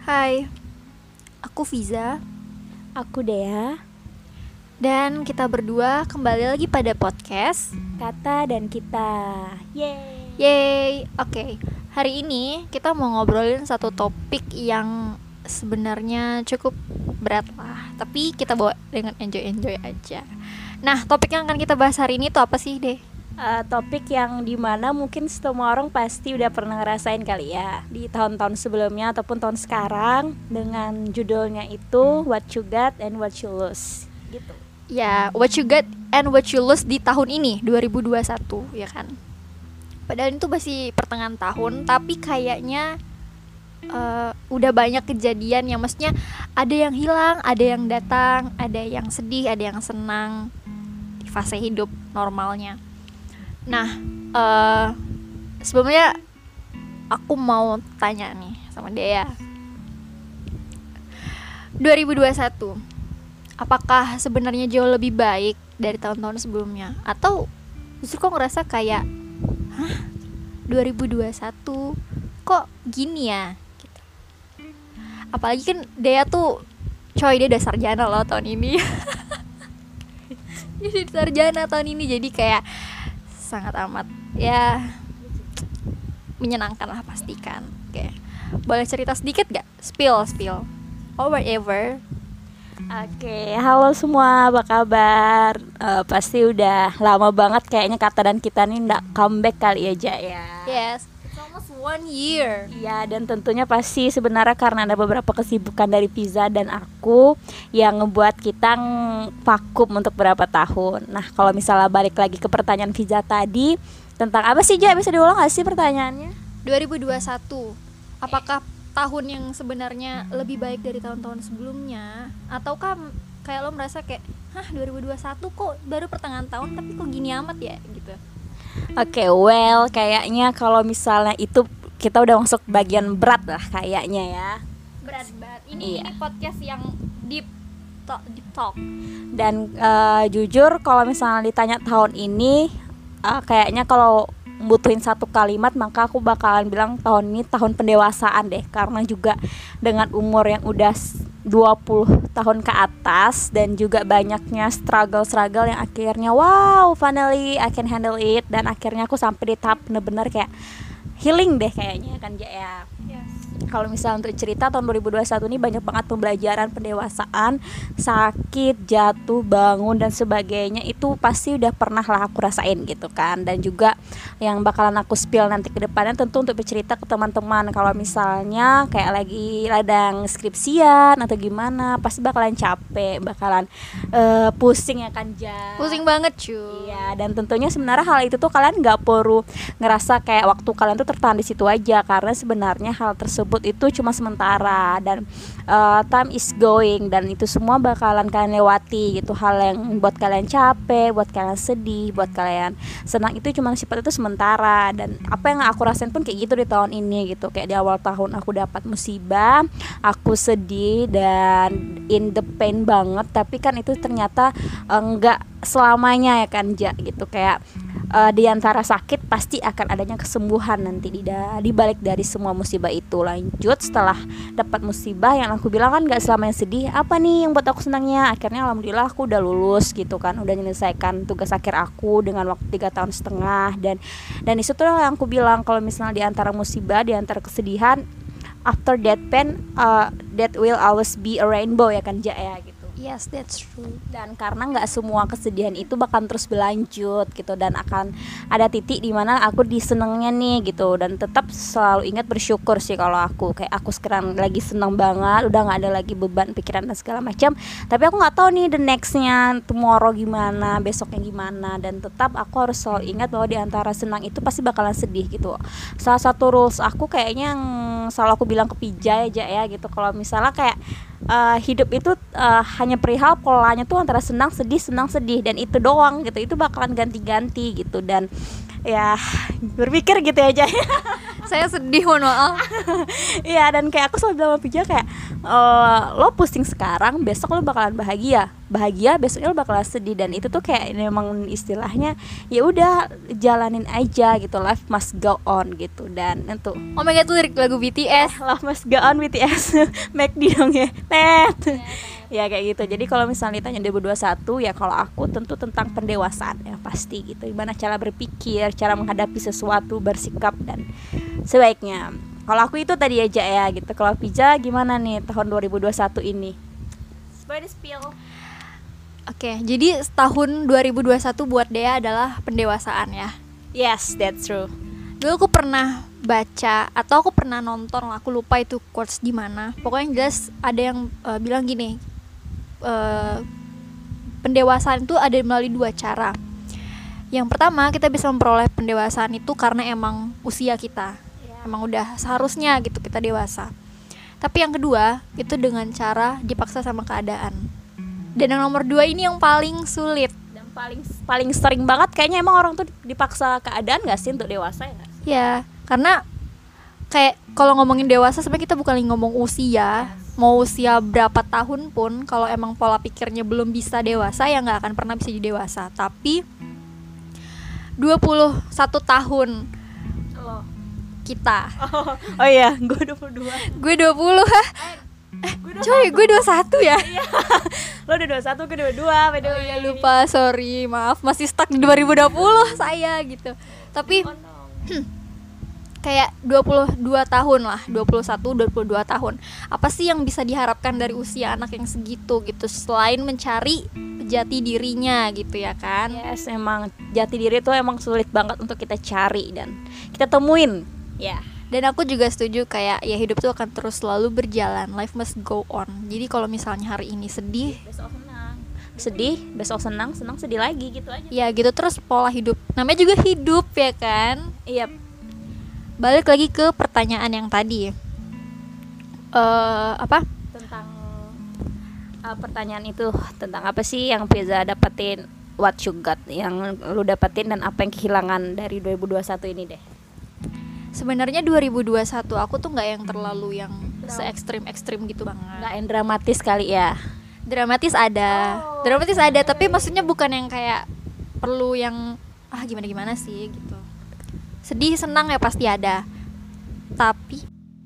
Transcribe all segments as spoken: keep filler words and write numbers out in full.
Hai, aku Fiza. Aku Dea, Dan kita berdua kembali lagi pada podcast. Kata dan Kita. Yeay. Yeay, oke. Hari ini kita mau ngobrolin satu topik yang sebenarnya cukup berat lah, tapi kita bawa dengan enjoy-enjoy aja. Nah, topik yang akan kita bahas hari ini tuh apa sih, Deh? Uh, topik yang dimana mungkin semua orang pasti udah pernah ngerasain kali ya di tahun-tahun sebelumnya ataupun tahun sekarang, dengan judulnya itu What You Got and What You Lose gitu. Ya, what you got and what you lose di tahun ini dua ribu dua puluh satu, ya kan? Padahal itu masih pertengahan tahun, tapi kayaknya uh, udah banyak kejadian yang maksudnya ada yang hilang, ada yang datang, ada yang sedih, ada yang senang di fase hidup normalnya. Nah, uh, sebelumnya aku mau tanya nih sama Dea. dua ribu dua puluh satu, apakah sebenarnya jauh lebih baik dari tahun-tahun sebelumnya? Atau justru kok ngerasa kayak, hah, dua ribu dua puluh satu kok gini ya? Gitu. Apalagi kan Dea tuh, coy, dia udah sarjana loh tahun ini. Dia udah sarjana tahun ini, jadi kayak sangat amat ya menyenangkan lah pastikan. Oke, boleh cerita sedikit gak? Spill, spill or whatever. Oke, halo semua, apa kabar? Uh, pasti udah lama banget kayaknya Kata dan Kita nih nggak comeback kali aja ya. Yes, it's almost one year. Iya, dan tentunya pasti sebenarnya karena ada beberapa kesibukan dari Fiza dan aku yang ngebuat kita ng- vakum untuk beberapa tahun. Nah, kalau misalnya balik lagi ke pertanyaan Fiza tadi, tentang apa sih, Ja? Bisa diulang gak sih pertanyaannya? dua ribu dua puluh satu, apakah tahun yang sebenarnya lebih baik dari tahun-tahun sebelumnya? Ataukah kayak lo merasa kayak, hah, dua ribu dua puluh satu kok baru pertengahan tahun tapi kok gini amat ya gitu? Oke, okay, well, kayaknya kalau misalnya itu kita udah masuk bagian berat lah kayaknya ya. Berat banget. Ini, Iya. ini podcast yang deep talk, deep talk. Dan uh, jujur kalau misalnya ditanya tahun ini, uh, kayaknya kalau butuhin satu kalimat maka aku bakalan bilang tahun ini tahun pendewasaan deh. Karena juga dengan umur yang udah dua puluh tahun ke atas dan juga banyaknya struggle-struggle yang akhirnya wow, finally I can handle it. Dan akhirnya aku sampai di tahap bener-bener kayak healing deh kayaknya kan, Ja, ya. Yes. Kalau misalnya untuk cerita tahun dua ribu dua puluh satu ini banyak banget pembelajaran pendewasaan, sakit, jatuh, bangun dan sebagainya, itu pasti udah pernah lah aku rasain gitu kan. Dan juga yang bakalan aku spill nanti ke depannya tentu untuk bercerita ke teman-teman kalau misalnya kayak lagi ladang skripsian atau gimana, pasti bakalan capek, bakalan uh, pusing ya kan, Ja. Pusing banget cuy. Iya, dan tentunya sebenarnya hal itu tuh kalian nggak perlu ngerasa kayak waktu kalian tuh tertahan di situ aja, karena sebenarnya hal tersebut itu cuma sementara dan uh, time is going, dan itu semua bakalan kalian lewati gitu. Hal yang buat kalian capek, buat kalian sedih, buat kalian senang itu cuma sifat itu sementara. Dan apa yang aku rasain pun kayak gitu di tahun ini gitu. Kayak di awal tahun aku dapat musibah, aku sedih dan in the pain banget, tapi kan itu ternyata enggak selamanya ya kan, Ja, gitu. Kayak uh, di antara sakit pasti akan adanya kesembuhan nanti di, da- di balik dari semua musibah itu. Lanjut, setelah dapat musibah yang aku bilang kan gak selamanya sedih, apa nih yang buat aku senangnya? Akhirnya alhamdulillah aku udah lulus gitu kan, udah menyelesaikan tugas akhir aku dengan waktu tiga tahun setengah. Dan dan itu tuh yang aku bilang kalau misalnya di antara musibah, di antara kesedihan, after that pain, uh, that will always be a rainbow ya kan, Ja, ya gitu. Yes, that's true. Dan karena nggak semua kesedihan itu bakal terus berlanjut gitu, dan akan ada titik di mana aku disenengnya nih gitu. Dan tetap selalu ingat bersyukur sih kalau aku, kayak aku sekarang lagi seneng banget, udah nggak ada lagi beban pikiran dan segala macam. Tapi aku nggak tahu nih the nextnya tomorrow gimana, besoknya gimana. Dan tetap aku harus selalu ingat bahwa di antara senang itu pasti bakalan sedih gitu. Salah satu rules aku kayaknya yang selalu aku bilang ke Pija aja ya gitu, kalau misalnya kayak Uh, hidup itu uh, hanya perihal polanya tuh antara senang sedih senang sedih, dan itu doang gitu. Itu bakalan ganti-ganti gitu. Dan ya berpikir gitu aja. Saya sedih, mohon maaf. Iya, dan kayak aku selalu bilang sama Pija kayak uh, lo pusing sekarang, besok lo bakalan bahagia, bahagia besoknya lo bakalan sedih, dan itu tuh kayak memang istilahnya ya udah jalanin aja gitu, life must go on gitu. Dan itu Oh my god, lirik lagu B T S. life must go on B T S make di dong ya net ya kayak gitu. Jadi kalau misalnya ditanya dua ribu dua puluh satu ya, kalau aku tentu tentang pendewasaan ya pasti gitu, gimana cara berpikir, cara menghadapi sesuatu, bersikap dan sebaiknya. Kalau aku itu tadi aja ya gitu. Kalau Pija gimana nih tahun dua ribu dua puluh satu ini? Spill spill. Oke, jadi tahun dua ribu dua puluh satu buat Dea adalah pendewasaan ya. Yes, that's true. Dulu aku pernah baca atau aku pernah nonton, aku lupa itu quotes di mana. Pokoknya yang jelas ada yang uh, bilang gini, uh, pendewasaan itu ada melalui dua cara. Yang pertama, kita bisa memperoleh pendewasaan itu karena emang usia kita, emang udah seharusnya gitu kita dewasa. Tapi yang kedua, itu dengan cara dipaksa sama keadaan. Dan yang nomor dua ini yang paling sulit dan paling paling sering banget kayaknya emang orang tuh dipaksa keadaan nggak sih untuk dewasa ya nggak sih? Ya, karena kayak kalau ngomongin dewasa sebenarnya kita bukan lagi ngomong usia. Mau usia berapa tahun pun, kalau emang pola pikirnya belum bisa dewasa ya nggak akan pernah bisa jadi dewasa. Tapi dua puluh satu tahun Oh. kita. Oh, oh iya, gue dua puluh dua. Gue dua puluh. Hah? Eh, coy, gue dua puluh satu ya? Lo udah dua puluh satu, gue dua puluh dua. By the Oh way. ya lupa, sorry, maaf, masih stuck di dua ribu dua puluh saya gitu. Tapi Oh, no. kayak dua puluh dua tahun lah, dua puluh satu, dua puluh dua tahun. Apa sih yang bisa diharapkan dari usia anak yang segitu gitu, selain mencari jati dirinya gitu ya kan? Yes, emang jati diri tuh emang sulit banget untuk kita cari dan kita temuin. Ya. Dan aku juga setuju kayak ya hidup tuh akan terus selalu berjalan, life must go on. Jadi kalau misalnya hari ini sedih, Besok senang. Sedih, besok senang, senang sedih lagi gitu aja. ya gitu terus pola hidup. Namanya juga hidup ya kan? Iya. Balik lagi ke pertanyaan yang tadi. Eh apa? Tentang uh, pertanyaan itu tentang apa sih yang Peza dapetin, what you got yang lu dapetin dan apa yang kehilangan dari dua ribu dua puluh satu ini deh. Sebenarnya dua ribu dua puluh satu aku tuh nggak yang terlalu yang se-ekstrim-ekstrim gitu banget. Nggak yang dramatis kali ya. Dramatis ada, Oh, dramatis ada, tapi maksudnya bukan yang kayak perlu yang ah gimana-gimana sih gitu. Sedih, senang ya pasti ada. Tapi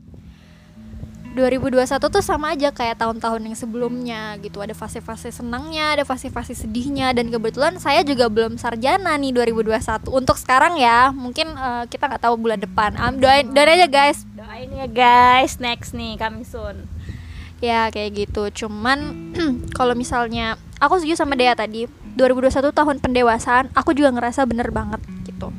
dua ribu dua puluh satu tuh sama aja kayak tahun-tahun yang sebelumnya gitu. Ada fase-fase senangnya, ada fase-fase sedihnya. Dan kebetulan saya juga belum sarjana nih dua ribu dua puluh satu. Untuk sekarang ya, mungkin uh, kita gak tahu bulan depan. um, doain, doain aja guys. Doain ya guys, next nih coming soon. Ya kayak gitu. Cuman kalau misalnya aku setuju sama Dea tadi, dua ribu dua puluh satu tahun pendewasaan. Aku juga ngerasa bener banget gitu.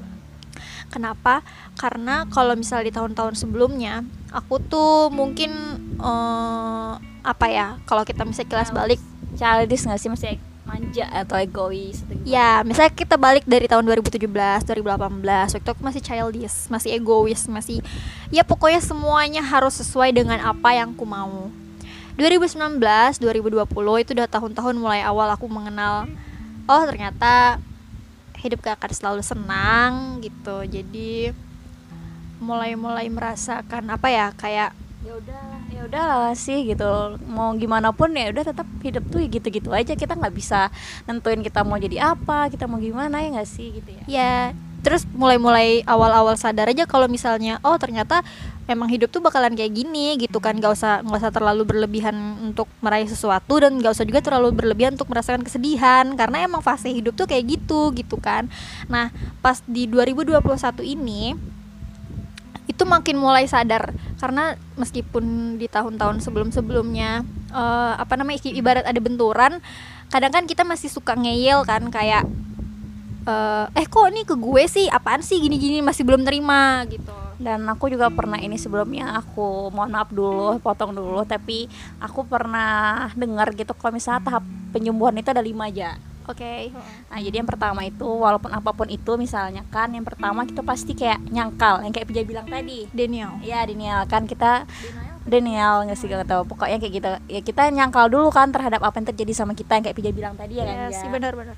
Kenapa? Karena kalau misalnya di tahun-tahun sebelumnya aku tuh mungkin uh, apa ya, kalau kita misalnya kilas balik, Childish nggak sih, masih manja atau egois atau gimana? ya misalnya kita balik dari tahun dua ribu tujuh belas, dua ribu delapan belas, waktu aku masih childish, masih egois, masih ya pokoknya semuanya harus sesuai dengan apa yang aku mau. dua ribu sembilan belas, dua ribu dua puluh itu udah tahun-tahun mulai awal aku mengenal, oh ternyata hidup gak akan selalu senang gitu. Jadi mulai-mulai merasakan apa ya, kayak Ya udah, ya udahlah sih gitu. Mau gimana pun ya udah, tetap hidup tuh gitu-gitu aja. Kita nggak bisa nentuin kita mau jadi apa, kita mau gimana, ya nggak sih gitu ya. ya terus mulai-mulai awal-awal sadar aja kalau misalnya oh ternyata memang hidup tuh bakalan kayak gini gitu kan. Gak usah nggak usah terlalu berlebihan untuk meraih sesuatu, dan gak usah juga terlalu berlebihan untuk merasakan kesedihan, karena emang fase hidup tuh kayak gitu gitu kan. Nah pas di dua ribu dua puluh satu ini itu makin mulai sadar, karena meskipun di tahun-tahun sebelum-sebelumnya uh, apa namanya ibarat ada benturan, kadang kan kita masih suka ngeyel kan, kayak uh, eh kok ini ke gue sih, apaan sih gini-gini, masih belum terima gitu. Dan aku juga pernah ini sebelumnya, aku mohon maaf dulu, potong dulu, tapi aku pernah dengar gitu kalau misalnya tahap penyembuhan itu ada lima aja. Oke. Okay. Nah jadi yang pertama itu, walaupun apapun itu misalnya kan, yang pertama kita pasti kayak nyangkal, yang kayak Pija bilang tadi, Denial. ya denial kan, kita denial nggak sih, gak tahu pokoknya kayak gitu ya, kita nyangkal dulu kan terhadap apa yang terjadi sama kita, yang kayak Pija bilang tadi ya kan Yes, ya. benar-benar.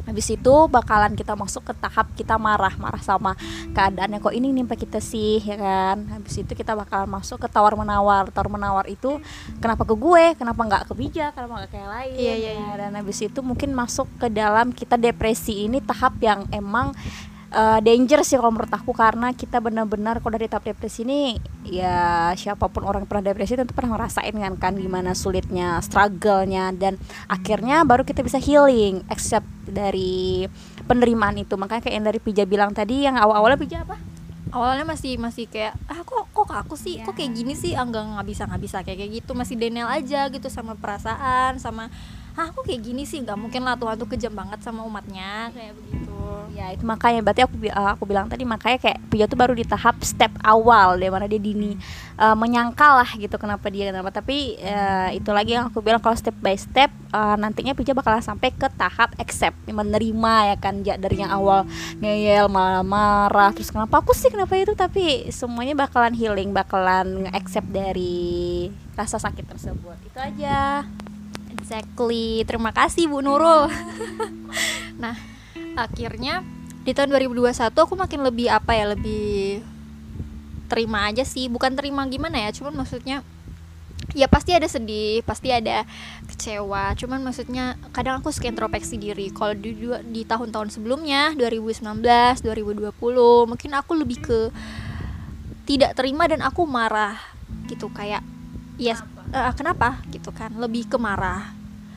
Habis itu bakalan kita masuk ke tahap kita marah, marah sama keadaannya, kok ini nimpa kita sih, ya kan. Habis itu kita bakalan masuk ke tawar menawar. Tawar menawar itu kenapa ke gue, kenapa nggak ke Bija, kenapa nggak kayak lain. Iya, iya, ya. iya. Dan habis itu mungkin masuk ke dalam kita depresi. Ini tahap yang emang Uh, danger sih kalau menurut aku, karena kita benar-benar kalau dari tahap depresi ini, ya siapapun orang yang pernah depresi tentu pernah ngerasain kan kan gimana sulitnya, struggle-nya, dan akhirnya baru kita bisa healing, accept dari penerimaan itu. Makanya kayak yang dari Pija bilang tadi, yang awal-awalnya Pija apa? Awalnya masih masih kayak ah kok kok aku sih, Ya. kok kayak gini sih, ah, enggak nggak bisa nggak bisa kayak kayak gitu, masih denial aja gitu sama perasaan, sama ah aku kayak gini sih, nggak mungkin lah Tuhan tuh kejam banget sama umatnya kayak begitu. Ya itu makanya berarti aku bi- uh, aku bilang tadi, makanya kayak Pija tuh baru di tahap step awal, di mana dia dini uh, menyangkal lah gitu kenapa dia kenapa. Tapi uh, itu lagi yang aku bilang, kalau step by step uh, nantinya Pija bakalan sampai ke tahap accept, menerima, ya kan. Ja, dari yang awal ngeyel, malah marah, terus kenapa aku sih, kenapa itu, tapi semuanya bakalan healing, bakalan accept dari rasa sakit tersebut. Itu aja. Exactly, terima kasih Bu Nurul. Nah, akhirnya di tahun dua ribu dua puluh satu aku makin lebih apa ya, lebih terima aja sih. Bukan terima gimana ya, cuman maksudnya ya pasti ada sedih, pasti ada kecewa. Cuman maksudnya kadang aku suka introspeksi diri. Kalau di, di tahun-tahun sebelumnya, dua ribu sembilan belas, dua ribu dua puluh, mungkin aku lebih ke tidak terima dan aku marah gitu, kayak ya uh, kenapa gitu kan, lebih ke marah.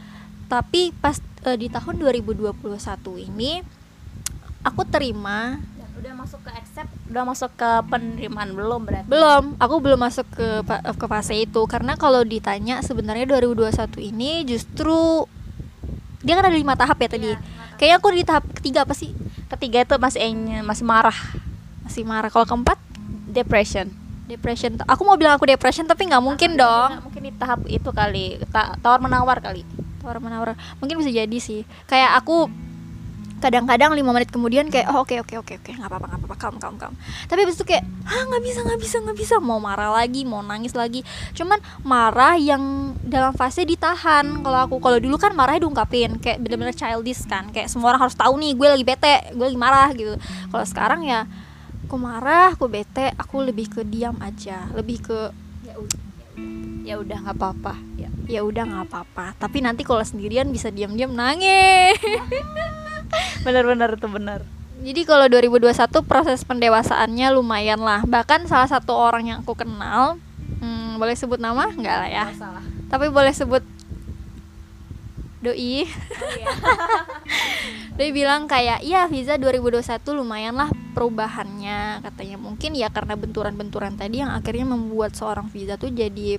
Tapi pas uh, di tahun dua ribu dua puluh satu ini aku terima. Udah masuk ke accept, udah masuk ke penerimaan belum berarti? Belum, aku belum masuk ke ke fase itu, karena kalau ditanya sebenarnya dua ribu dua puluh satu ini justru dia kan ada lima tahap ya tadi. Iya, kayaknya aku di tahap ketiga apa sih? Ketiga itu masih masih marah, Masih marah. Kalau keempat depression. depression. Aku mau bilang aku depression tapi nggak mungkin dong. Nggak, mungkin di tahap itu kali, ta- tawar menawar kali. Tawar menawar mungkin bisa jadi sih. Kayak aku kadang-kadang lima menit kemudian kayak oh oke oke oke oke nggak apa-apa nggak apa-apa, kalem kalem kalem. Tapi abis itu kayak ah nggak bisa nggak bisa nggak bisa, mau marah lagi, mau nangis lagi. Cuman marah yang dalam fase ditahan. Kalau aku, kalau dulu kan marahnya diungkapin, kayak bener-bener childish kan, kayak semua orang harus tahu nih gue lagi bete, gue lagi marah gitu. Kalau sekarang ya aku marah, aku bete, aku lebih ke diam aja, lebih ke Ya udah, ya udah nggak apa-apa. Ya, ya udah nggak apa-apa. Tapi nanti kalau sendirian bisa diam-diam nangis. benar-benar itu benar. Jadi kalau dua ribu dua puluh satu proses pendewasaannya lumayan lah. Bahkan salah satu orang yang aku kenal, hmm, boleh sebut nama? Enggak lah ya. Nggak salah. Tapi boleh sebut doi. Oh, iya. Dia bilang kayak, iya Fiza dua ribu dua puluh satu lumayan lah perubahannya, katanya. Mungkin ya karena benturan-benturan tadi yang akhirnya membuat seorang Fiza tuh jadi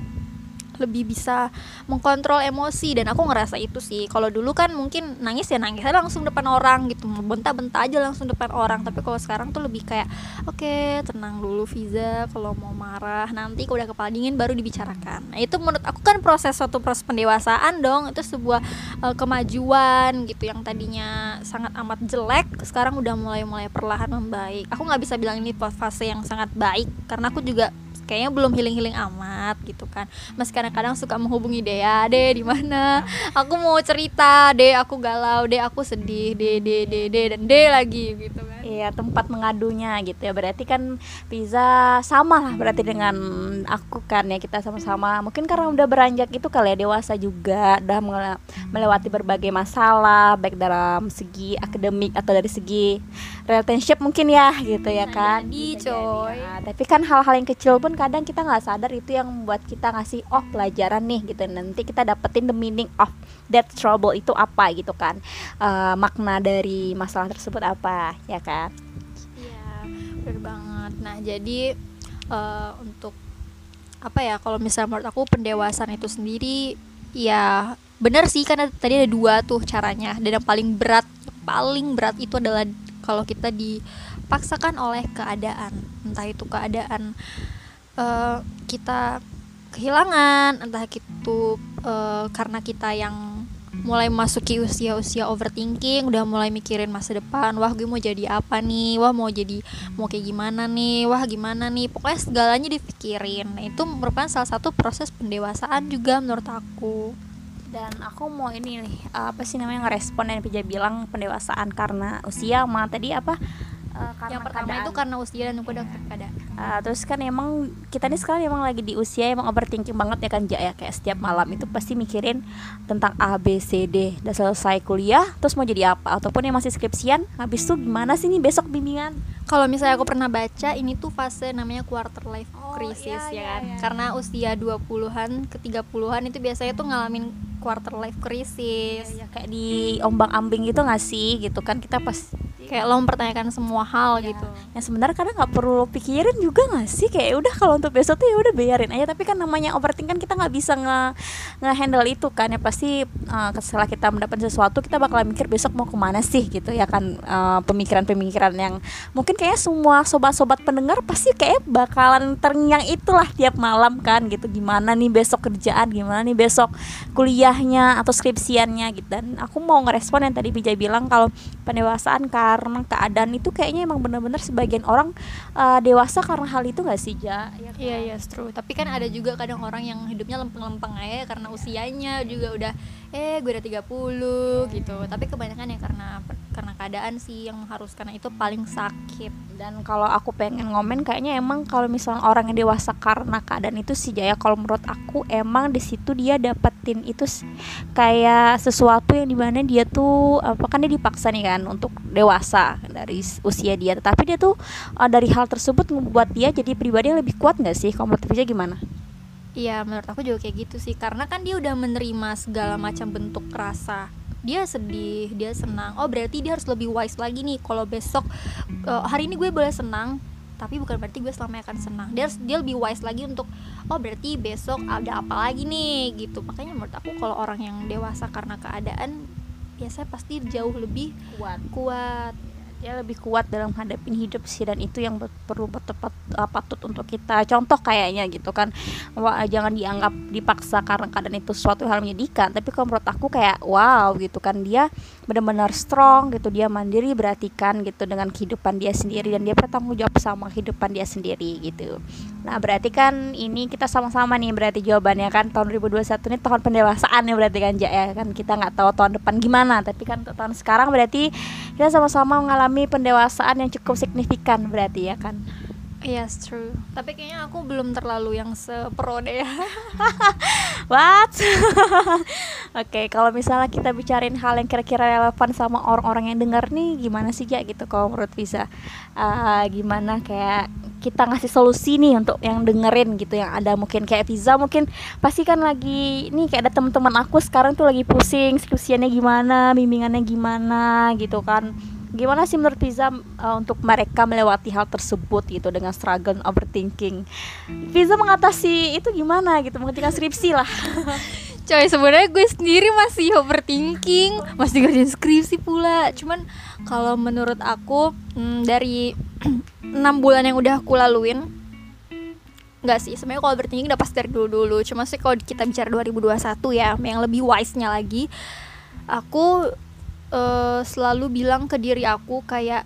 lebih bisa mengkontrol emosi. Dan aku ngerasa itu sih. Kalau dulu kan mungkin nangis ya nangis aja langsung depan orang gitu, bentak-bentak aja langsung depan orang. Tapi kalau sekarang tuh lebih kayak oke okay, tenang dulu Fiza, kalau mau marah nanti kalau udah kepala dingin baru dibicarakan. Nah itu menurut aku kan proses suatu proses pendewasaan dong. Itu sebuah uh, kemajuan gitu, yang tadinya sangat amat jelek sekarang udah mulai-mulai perlahan membaik. Aku gak bisa bilang ini fase yang sangat baik, karena aku juga kayaknya belum healing-healing amat gitu kan. Mas kadang-kadang suka menghubungi Dea, "Dea di mana? Aku mau cerita, Dea aku galau, Dea aku sedih, Dea Dea Dea Dea dan Dea lagi gitu kan." Iya, tempat mengadunya gitu ya. Berarti kan Pizza sama lah berarti dengan aku kan ya, kita sama-sama. Mungkin karena udah beranjak itu kali ya, dewasa juga, udah melewati berbagai masalah baik dalam segi akademik atau dari segi relationship mungkin ya gitu ya kan. Jadi Bisa coy. jadi, ya. Tapi kan hal-hal yang kecil pun kadang kita nggak sadar itu yang membuat kita ngasih oh pelajaran nih gitu. Nanti kita dapetin the meaning of that trouble itu apa gitu kan. Uh, makna dari masalah tersebut apa ya kan. Iya, benar banget. Nah, jadi uh, untuk apa ya, kalau misalnya menurut aku pendewasaan itu sendiri ya benar sih, karena tadi ada dua tuh caranya. Dan yang paling berat, paling berat itu adalah kalau kita dipaksakan oleh keadaan. Entah itu keadaan uh, kita kehilangan, entah itu uh, karena kita yang mulai masuki usia-usia overthinking, udah mulai mikirin masa depan, wah gue mau jadi apa nih, wah mau jadi mau kayak gimana nih, wah gimana nih, pokoknya segalanya dipikirin. Nah, itu merupakan salah satu proses pendewasaan juga menurut aku. Dan aku mau ini nih, apa sih namanya, ngerespon yang Pija bilang pendewasaan karena usia, sama tadi apa, uh, karena Yang pertama keadaan. itu karena usia dan kedua keadaan. Uh, terus kan emang kita nih sekarang emang lagi di usia emang overthinking banget ya kan, Ja, ya, kayak setiap malam itu pasti mikirin tentang A B C D. Udah selesai kuliah terus mau jadi apa, ataupun yang masih skripsian, habis tuh gimana sih nih besok bimbingan. Kalau misalnya aku pernah baca, ini tuh fase namanya quarter life Oh, crisis iya, ya iya, kan. iya. Karena usia dua puluhan ke tiga puluhan itu biasanya tuh ngalamin quarter life crisis. Ya, kayak di ombang-ambing gitu nggak sih gitu kan, kita pas Kayak lo mempertanyakan semua hal gitu. yang sebenarnya kadang nggak perlu lo pikirin juga nggak sih, kayak udah kalau untuk besok tuh ya udah biarin aja. Tapi kan namanya overthink kan, kita nggak bisa nge nge-handle itu kan ya, pasti uh, setelah kita mendapat sesuatu kita bakal mikir besok mau kemana sih gitu ya kan. Uh, pemikiran-pemikiran yang mungkin kayak semua sobat-sobat pendengar pasti kayak bakalan terngiang itulah tiap malam kan gitu, gimana nih besok kerjaan, gimana nih besok kuliahnya atau skripsiannya gitu. Dan aku mau ngerespon yang tadi Pija bilang, kalau pendewasaan karena keadaan itu kayaknya emang benar-benar sebagian orang uh, dewasa karena hal itu nggak sih, Ja? Iya, iya, yes, true. Tapi kan ada juga kadang orang yang hidupnya lempeng-lempeng aja karena usianya juga udah eh gue udah tiga puluh gitu. Tapi kebanyakan ya karena karena keadaan sih yang mengharuskan itu paling sakit. Dan kalau aku pengen ngomen, kayaknya emang kalau misalnya orang yang dewasa karena keadaan itu sih, Jaya, kalau menurut aku emang di situ dia dapetin itu kayak sesuatu yang dimana dia tuh apa kan, dia dipaksa nih kan untuk dewasa dari usia dia, tetapi dia tuh uh, dari hal tersebut membuat dia jadi pribadi yang lebih kuat nggak sih? Kalau menurut Pija gimana? Iya, menurut aku juga kayak gitu sih. Karena kan dia udah menerima segala macam bentuk rasa. Dia sedih, dia senang. Oh, berarti dia harus lebih wise lagi nih. Kalau besok uh, hari ini gue boleh senang, tapi bukan berarti gue selamanya akan senang. Dia harus dia lebih wise lagi untuk oh, berarti besok ada apa lagi nih gitu. Makanya menurut aku kalau orang yang dewasa karena keadaan, biasanya pasti jauh lebih Kuat. kuat. Dia lebih kuat dalam hadapin hidup sih, dan itu yang perlu tepat uh, patut untuk kita contoh kayaknya gitu kan. Wah, jangan dianggap dipaksa karena keadaan itu suatu hal menyedihkan, tapi kalau menurut aku kayak wow gitu kan, dia benar-benar strong gitu, dia mandiri berarti kan gitu dengan kehidupan dia sendiri, dan dia bertanggung jawab sama kehidupan dia sendiri gitu. Nah berarti kan ini kita sama-sama nih berarti jawabannya kan, tahun dua ribu dua puluh satu ini tahun pendewasaan ya berarti kan, Ja, ya kan. Kita nggak tahu tahun depan gimana, tapi kan tahun sekarang berarti kita sama-sama mengalami pendewasaan yang cukup signifikan berarti ya kan. Yes, true. Tapi kayaknya aku belum terlalu yang sepro deh ya. What? Oke, okay, kalau misalnya kita bicarain hal yang kira-kira relevan sama orang-orang yang dengar nih, gimana sih, Ja, gitu kalau menurut Visa? Uh, gimana kayak kita ngasih solusi nih untuk yang dengerin gitu, yang ada mungkin kayak Visa mungkin pasti kan lagi nih kayak ada teman-teman aku sekarang tuh lagi pusing skripsiannya gimana, bimbingannya gimana gitu kan. Gimana sih menurut Visa uh, untuk mereka melewati hal tersebut gitu dengan struggle overthinking? Visa mengatasi itu gimana gitu, mengerjakan skripsi lah. Coy, sebenarnya gue sendiri masih overthinking, masih ngerjain skripsi pula. Cuman kalau menurut aku hmm, dari enam bulan yang udah aku laluin, nggak sih, sebenarnya kalau overthinking udah pasti dari dulu-dulu. Cuma sih kalau kita bicara dua ribu dua puluh satu ya, yang lebih wise-nya lagi, aku Uh, selalu bilang ke diri aku kayak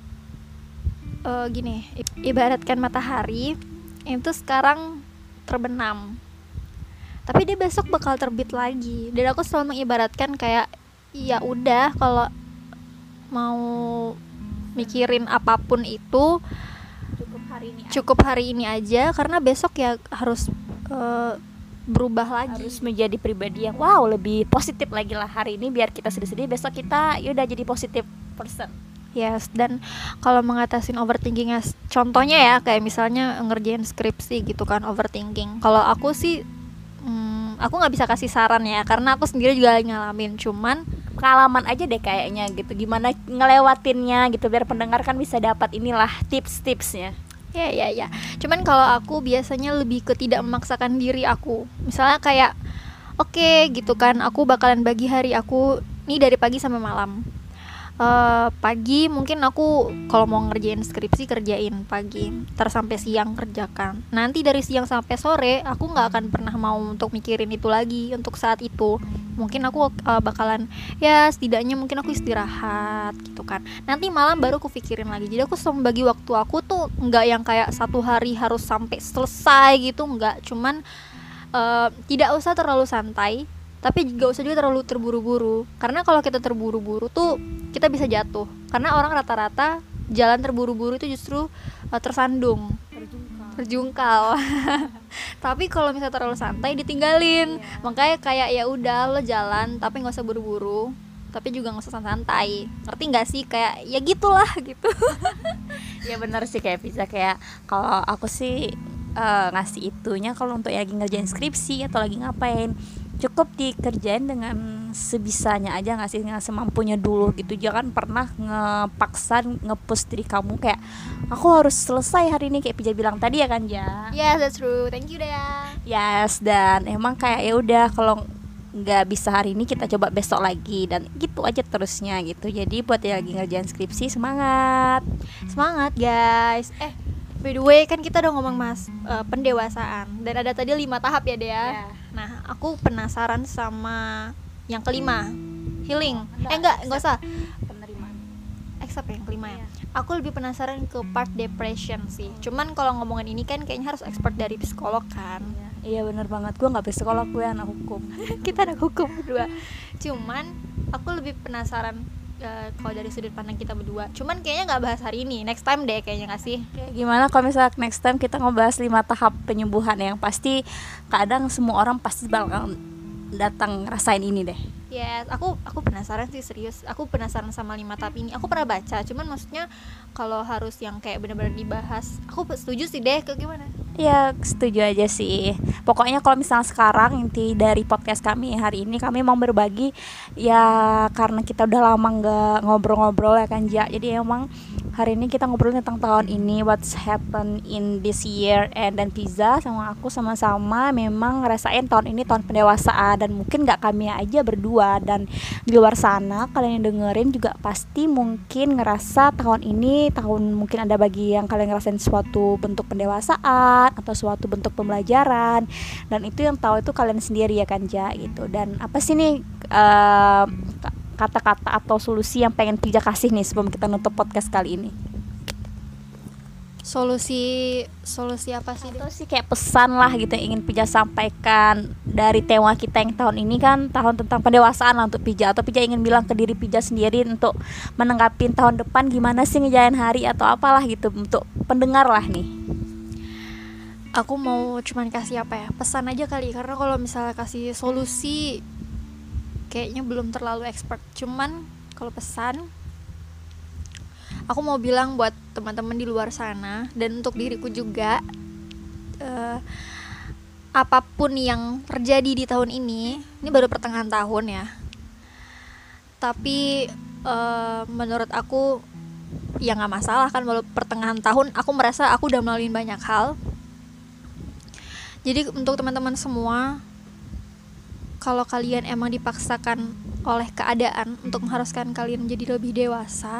uh, gini, ibaratkan matahari itu sekarang terbenam, tapi dia besok bakal terbit lagi. Dan aku selalu mengibaratkan kayak ya udah, kalau mau mikirin apapun itu cukup hari ini cukup hari ini aja, karena besok ya harus uh, berubah lagi, harus menjadi pribadi yang wow lebih positif lagi lah hari ini, biar kita sedih-sedih besok kita yaudah jadi positif person. Yes, dan kalau mengatasin overthinkingnya, contohnya ya kayak misalnya ngerjain skripsi gitu kan, overthinking. Kalau aku sih, hmm, aku nggak bisa kasih saran ya, karena aku sendiri juga ngalamin. Cuman pengalaman aja deh kayaknya gitu, gimana ngelewatinnya gitu, biar pendengar kan bisa dapat inilah tips-tipsnya. Ya ya ya. Cuman kalau aku biasanya lebih ke tidak memaksakan diri aku. Misalnya kayak oke okay, gitu kan, aku bakalan bagi hari aku nih dari pagi sampai malam. Uh, pagi mungkin aku kalau mau ngerjain skripsi kerjain pagi, terus sampai siang kerjakan. Nanti dari siang sampai sore aku nggak akan pernah mau untuk mikirin itu lagi untuk saat itu. Mungkin aku uh, bakalan ya setidaknya mungkin aku istirahat gitu kan. Nanti malam baru aku pikirin lagi. Jadi aku selalu bagi waktu aku tuh nggak yang kayak satu hari harus sampai selesai gitu, nggak. Cuman uh, tidak usah terlalu santai. tapi gak usah juga terlalu terburu-buru, karena kalau kita terburu-buru tuh kita bisa jatuh, karena orang rata-rata jalan terburu-buru itu justru uh, tersandung, terjungkal, terjungkal. Tapi kalau misalnya terlalu santai ditinggalin, yeah. Makanya kayak ya udah lo jalan tapi nggak usah buru-buru, tapi juga nggak usah santai, ngerti nggak sih, kayak ya gitulah gitu. Ya benar sih, kayak bisa kayak kalau aku sih uh, ngasih itunya kalau untuk lagi ngerjain skripsi atau lagi ngapain, cukup dikerjain dengan sebisanya aja, nggak sih, nggak semampunya dulu gitu. Jangan pernah ngepaksa ngepush diri kamu kayak aku harus selesai hari ini kayak Pija bilang tadi ya kan, Ja? Yes, that's true. Thank you Dea. Yes, dan emang kayak ya udah kalau nggak bisa hari ini kita coba besok lagi, dan gitu aja terusnya gitu. Jadi buat yang lagi ngerjain skripsi, semangat semangat guys. Eh by the way kan kita udah ngomong mas uh, pendewasaan, dan ada tadi lima tahap ya Dea. Yeah. Nah aku penasaran sama yang kelima, healing. Oh, enggak, eh enggak enggak usah penerimaan, accept yang kelima ya. Yeah. Aku lebih penasaran ke part depression sih. Cuman kalau ngomongin ini kan kayaknya harus expert dari psikolog kan. Yeah. Iya benar banget, gue nggak psikolog, gue anak hukum. Kita anak hukum berdua. Cuman aku lebih penasaran uh, kalau dari sudut pandang kita berdua. Cuman kayaknya nggak bahas hari ini, next time deh kayaknya, nggak sih? Kayak gimana kalau misalnya next time kita ngebahas lima tahap penyembuhan yang pasti kadang semua orang pasti bakal datang ngerasain ini deh. Yes, aku aku penasaran sih, serius. Aku penasaran sama lima tahap ini. Aku pernah baca, cuman maksudnya kalau harus yang kayak benar-benar dibahas, aku setuju sih deh. Ke gimana? Ya setuju aja sih. Pokoknya kalau misalnya sekarang inti dari podcast kami hari ini, kami mau berbagi ya karena kita udah lama nggak ngobrol-ngobrol ya kan, Ja. Jadi emang hari ini kita ngobrol tentang tahun ini, what's happened in this year, and dan Pizza sama aku sama-sama memang ngerasain tahun ini tahun pendewasaan, dan mungkin nggak kami aja berdua, dan di luar sana kalian yang dengerin juga pasti mungkin ngerasa tahun ini tahun mungkin ada bagi yang kalian ngerasain suatu bentuk pendewasaan atau suatu bentuk pembelajaran, dan itu yang tahu itu kalian sendiri ya kan, Ja, gitu. Dan apa sih nih uh, kata-kata atau solusi yang pengen Pija kasih nih sebelum kita nutup podcast kali ini? Solusi solusi apa sih? Itu sih kayak pesan lah gitu yang ingin Pija sampaikan dari tema kita yang tahun ini kan tahun tentang pendewasaan lah untuk Pija, atau Pija ingin bilang ke diri Pija sendiri untuk menanggapi tahun depan gimana sih ngejalan hari atau apalah gitu untuk pendengar lah nih. Aku mau cuman kasih apa ya, pesan aja kali, karena kalau misalnya kasih solusi kayaknya belum terlalu expert. Cuman kalau pesan, aku mau bilang buat teman-teman di luar sana dan untuk diriku juga, uh, apapun yang terjadi di tahun ini, ini baru pertengahan tahun ya, tapi uh, menurut aku ya nggak masalah kan, baru pertengahan tahun. Aku merasa aku udah melalui banyak hal. Jadi untuk teman-teman semua, kalau kalian emang dipaksakan oleh keadaan untuk mengharuskan kalian menjadi lebih dewasa,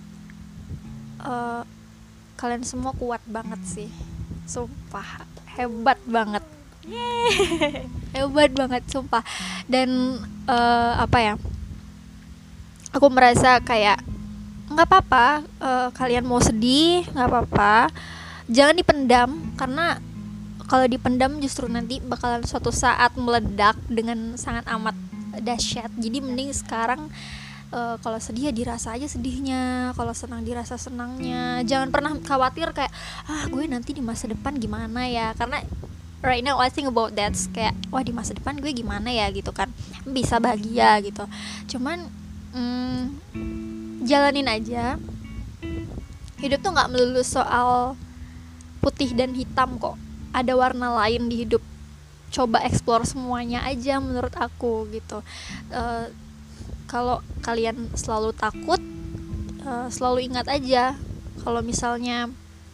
uh, kalian semua kuat banget sih, sumpah hebat banget. Yeay. Hebat banget sumpah. Dan uh, apa ya, aku merasa kayak nggak apa-apa, uh, kalian mau sedih nggak apa-apa, jangan dipendam, karena kalau dipendam justru nanti bakalan suatu saat meledak dengan sangat amat dahsyat. Jadi mending sekarang uh, kalau sedih ya dirasa aja sedihnya, kalau senang dirasa senangnya. Jangan pernah khawatir kayak ah gue nanti di masa depan gimana ya, karena right now I think about that, kayak wah di masa depan gue gimana ya gitu kan, bisa bahagia gitu. Cuman mm, jalanin aja. Hidup tuh nggak melulu soal putih dan hitam kok, ada warna lain di hidup. Coba explore semuanya aja menurut aku gitu. Uh, kalau kalian selalu takut, uh, selalu ingat aja kalau misalnya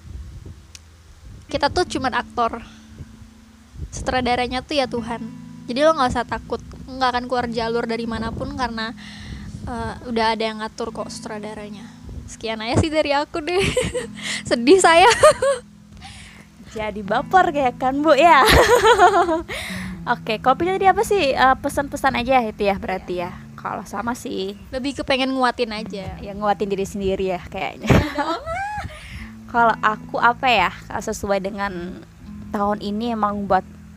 kita tuh cuman aktor, sutradaranya tuh ya Tuhan. Jadi lo nggak usah takut, nggak akan keluar jalur dari manapun, karena uh, udah ada yang ngatur kok sutradaranya. Sekian aja sih dari aku deh. Sedih saya. Jadi baper kayak kan Bu ya. Oke, kopi tadi apa sih, uh, pesan-pesan aja itu ya berarti ya. Kalau sama sih lebih ke pengen nguatin aja, ya nguatin diri sendiri ya kayaknya. Kalau aku apa ya, sesuai dengan tahun ini emang buat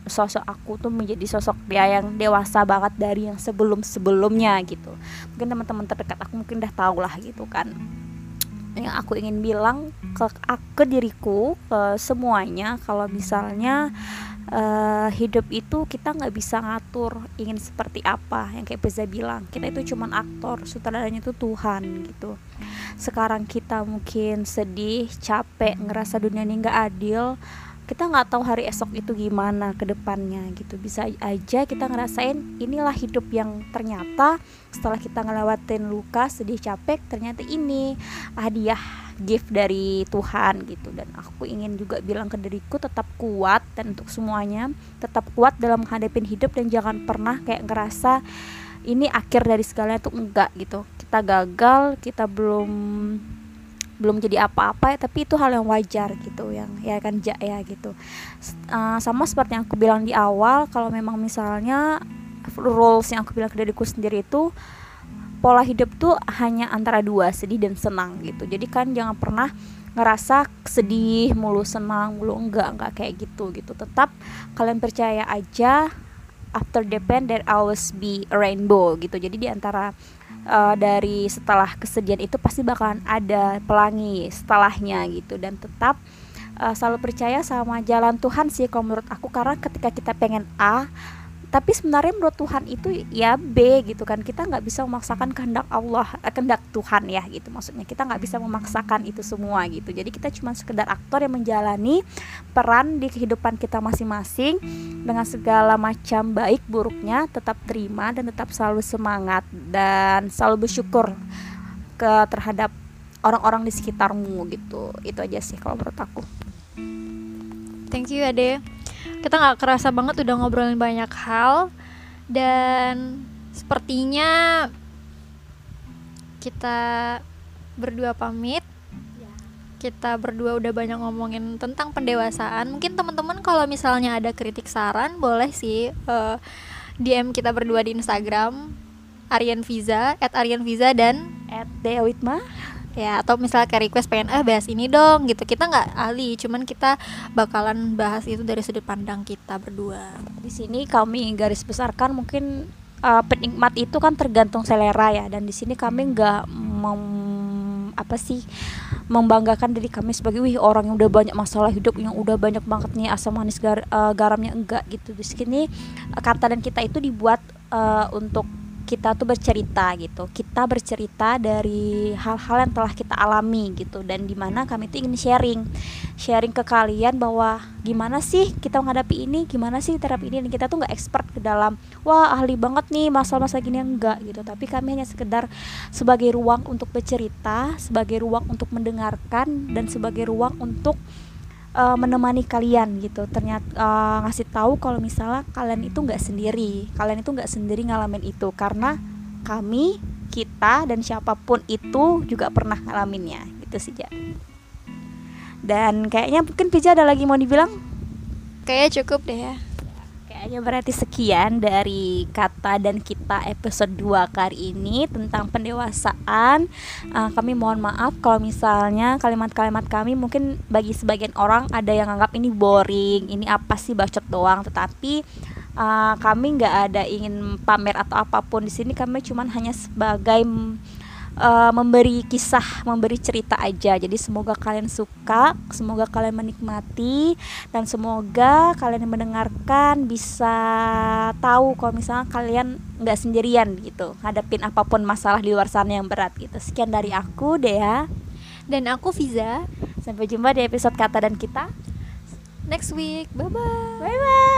sosok aku tuh menjadi sosok dia yang dewasa banget dari yang sebelum-sebelumnya gitu. Mungkin teman-teman terdekat aku mungkin udah tahu lah gitu kan. Yang aku ingin bilang ke ke diriku, ke semuanya, kalau misalnya uh, hidup itu kita nggak bisa ngatur ingin seperti apa. Yang kayak Beza bilang, kita itu cuman aktor, sutradaranya itu Tuhan gitu. Sekarang kita mungkin sedih, capek, ngerasa dunia ini nggak adil, kita nggak tahu hari esok itu gimana ke depannya gitu. Bisa aja kita ngerasain inilah hidup yang ternyata setelah kita ngelewatin luka, sedih, capek, ternyata ini hadiah gift dari Tuhan gitu. Dan aku ingin juga bilang ke diriku, tetap kuat, dan untuk semuanya tetap kuat dalam menghadapi hidup, dan jangan pernah kayak ngerasa ini akhir dari segalanya tuh, enggak gitu. Kita gagal, kita belum belum jadi apa-apa, tapi itu hal yang wajar gitu, yang ya kan ja, ya gitu. Uh, sama seperti yang aku bilang di awal, kalau memang misalnya rules yang aku bilang ke diriku sendiri itu, pola hidup tuh hanya antara dua, sedih dan senang gitu. Jadi kan jangan pernah ngerasa sedih mulu, senang mulu, enggak enggak kayak gitu gitu. Tetap kalian percaya aja, after the pain there always be a rainbow gitu. Jadi di antara Uh, dari setelah kesedihan itu pasti bakalan ada pelangi setelahnya gitu. Dan tetap uh, selalu percaya sama jalan Tuhan sih kalau menurut aku, karena ketika kita pengen A tapi sebenarnya menurut Tuhan itu ya B gitu kan. Kita nggak bisa memaksakan kehendak Allah, eh, kehendak Tuhan ya gitu, maksudnya kita nggak bisa memaksakan itu semua gitu. Jadi kita cuma sekedar aktor yang menjalani peran di kehidupan kita masing-masing dengan segala macam baik buruknya. Tetap terima dan tetap selalu semangat dan selalu bersyukur ke terhadap orang-orang di sekitarmu gitu. Itu aja sih kalau menurut aku. Thank you Ade. Kita gak kerasa banget udah ngobrolin banyak hal, dan sepertinya kita berdua pamit. Kita berdua udah banyak ngomongin tentang pendewasaan. Mungkin teman-teman kalau misalnya ada kritik saran, boleh sih uh, D M kita berdua di Instagram Aryan Fiza, at Aryan Fiza dan at Dea Witma. Ya, atau misalnya kayak request pengen eh bahas ini dong gitu. Kita nggak ahli, cuman kita bakalan bahas itu dari sudut pandang kita berdua. Di sini kami garis besarkan mungkin uh, penikmat itu kan tergantung selera ya, dan di sini kami nggak mem, apa sih membanggakan diri kami sebagai wih orang yang udah banyak masalah hidup, yang udah banyak banget nih asam manis gar, uh, garamnya, enggak gitu. Di sini uh, kata dan kita itu dibuat uh, untuk kita tuh bercerita gitu. Kita bercerita dari hal-hal yang telah kita alami gitu, dan dimana kami tuh ingin sharing sharing ke kalian bahwa gimana sih kita menghadapi ini, gimana sih terapi ini. Dan kita tuh nggak expert ke dalam wah ahli banget nih masalah-masalah gini, enggak gitu. Tapi kami hanya sekedar sebagai ruang untuk bercerita, sebagai ruang untuk mendengarkan, dan sebagai ruang untuk Uh, menemani kalian gitu. Ternyata uh, ngasih tahu kalau misalnya kalian itu nggak sendiri, kalian itu nggak sendiri ngalamin itu, karena kami, kita, dan siapapun itu juga pernah ngalaminnya gitu sih Ja. Dan kayaknya mungkin Pija ada lagi mau dibilang? Kayaknya cukup deh ya. Kayaknya berarti sekian dari kata dan kita episode dua kali ini tentang pendewasaan. uh, Kami mohon maaf kalau misalnya kalimat-kalimat kami mungkin bagi sebagian orang ada yang anggap ini boring, ini apa sih bacot doang. Tetapi uh, kami nggak ada ingin pamer atau apapun di sini. Kami cuman hanya sebagai Uh, memberi kisah, memberi cerita aja. Jadi semoga kalian suka, semoga kalian menikmati, dan semoga kalian yang mendengarkan bisa tahu kalau misalnya kalian nggak sendirian gitu hadapin apapun masalah di luar sana yang berat gitu. Sekian dari aku Dea, dan aku Fiza. Sampai jumpa di episode kata dan kita next week. Bye bye. Bye bye.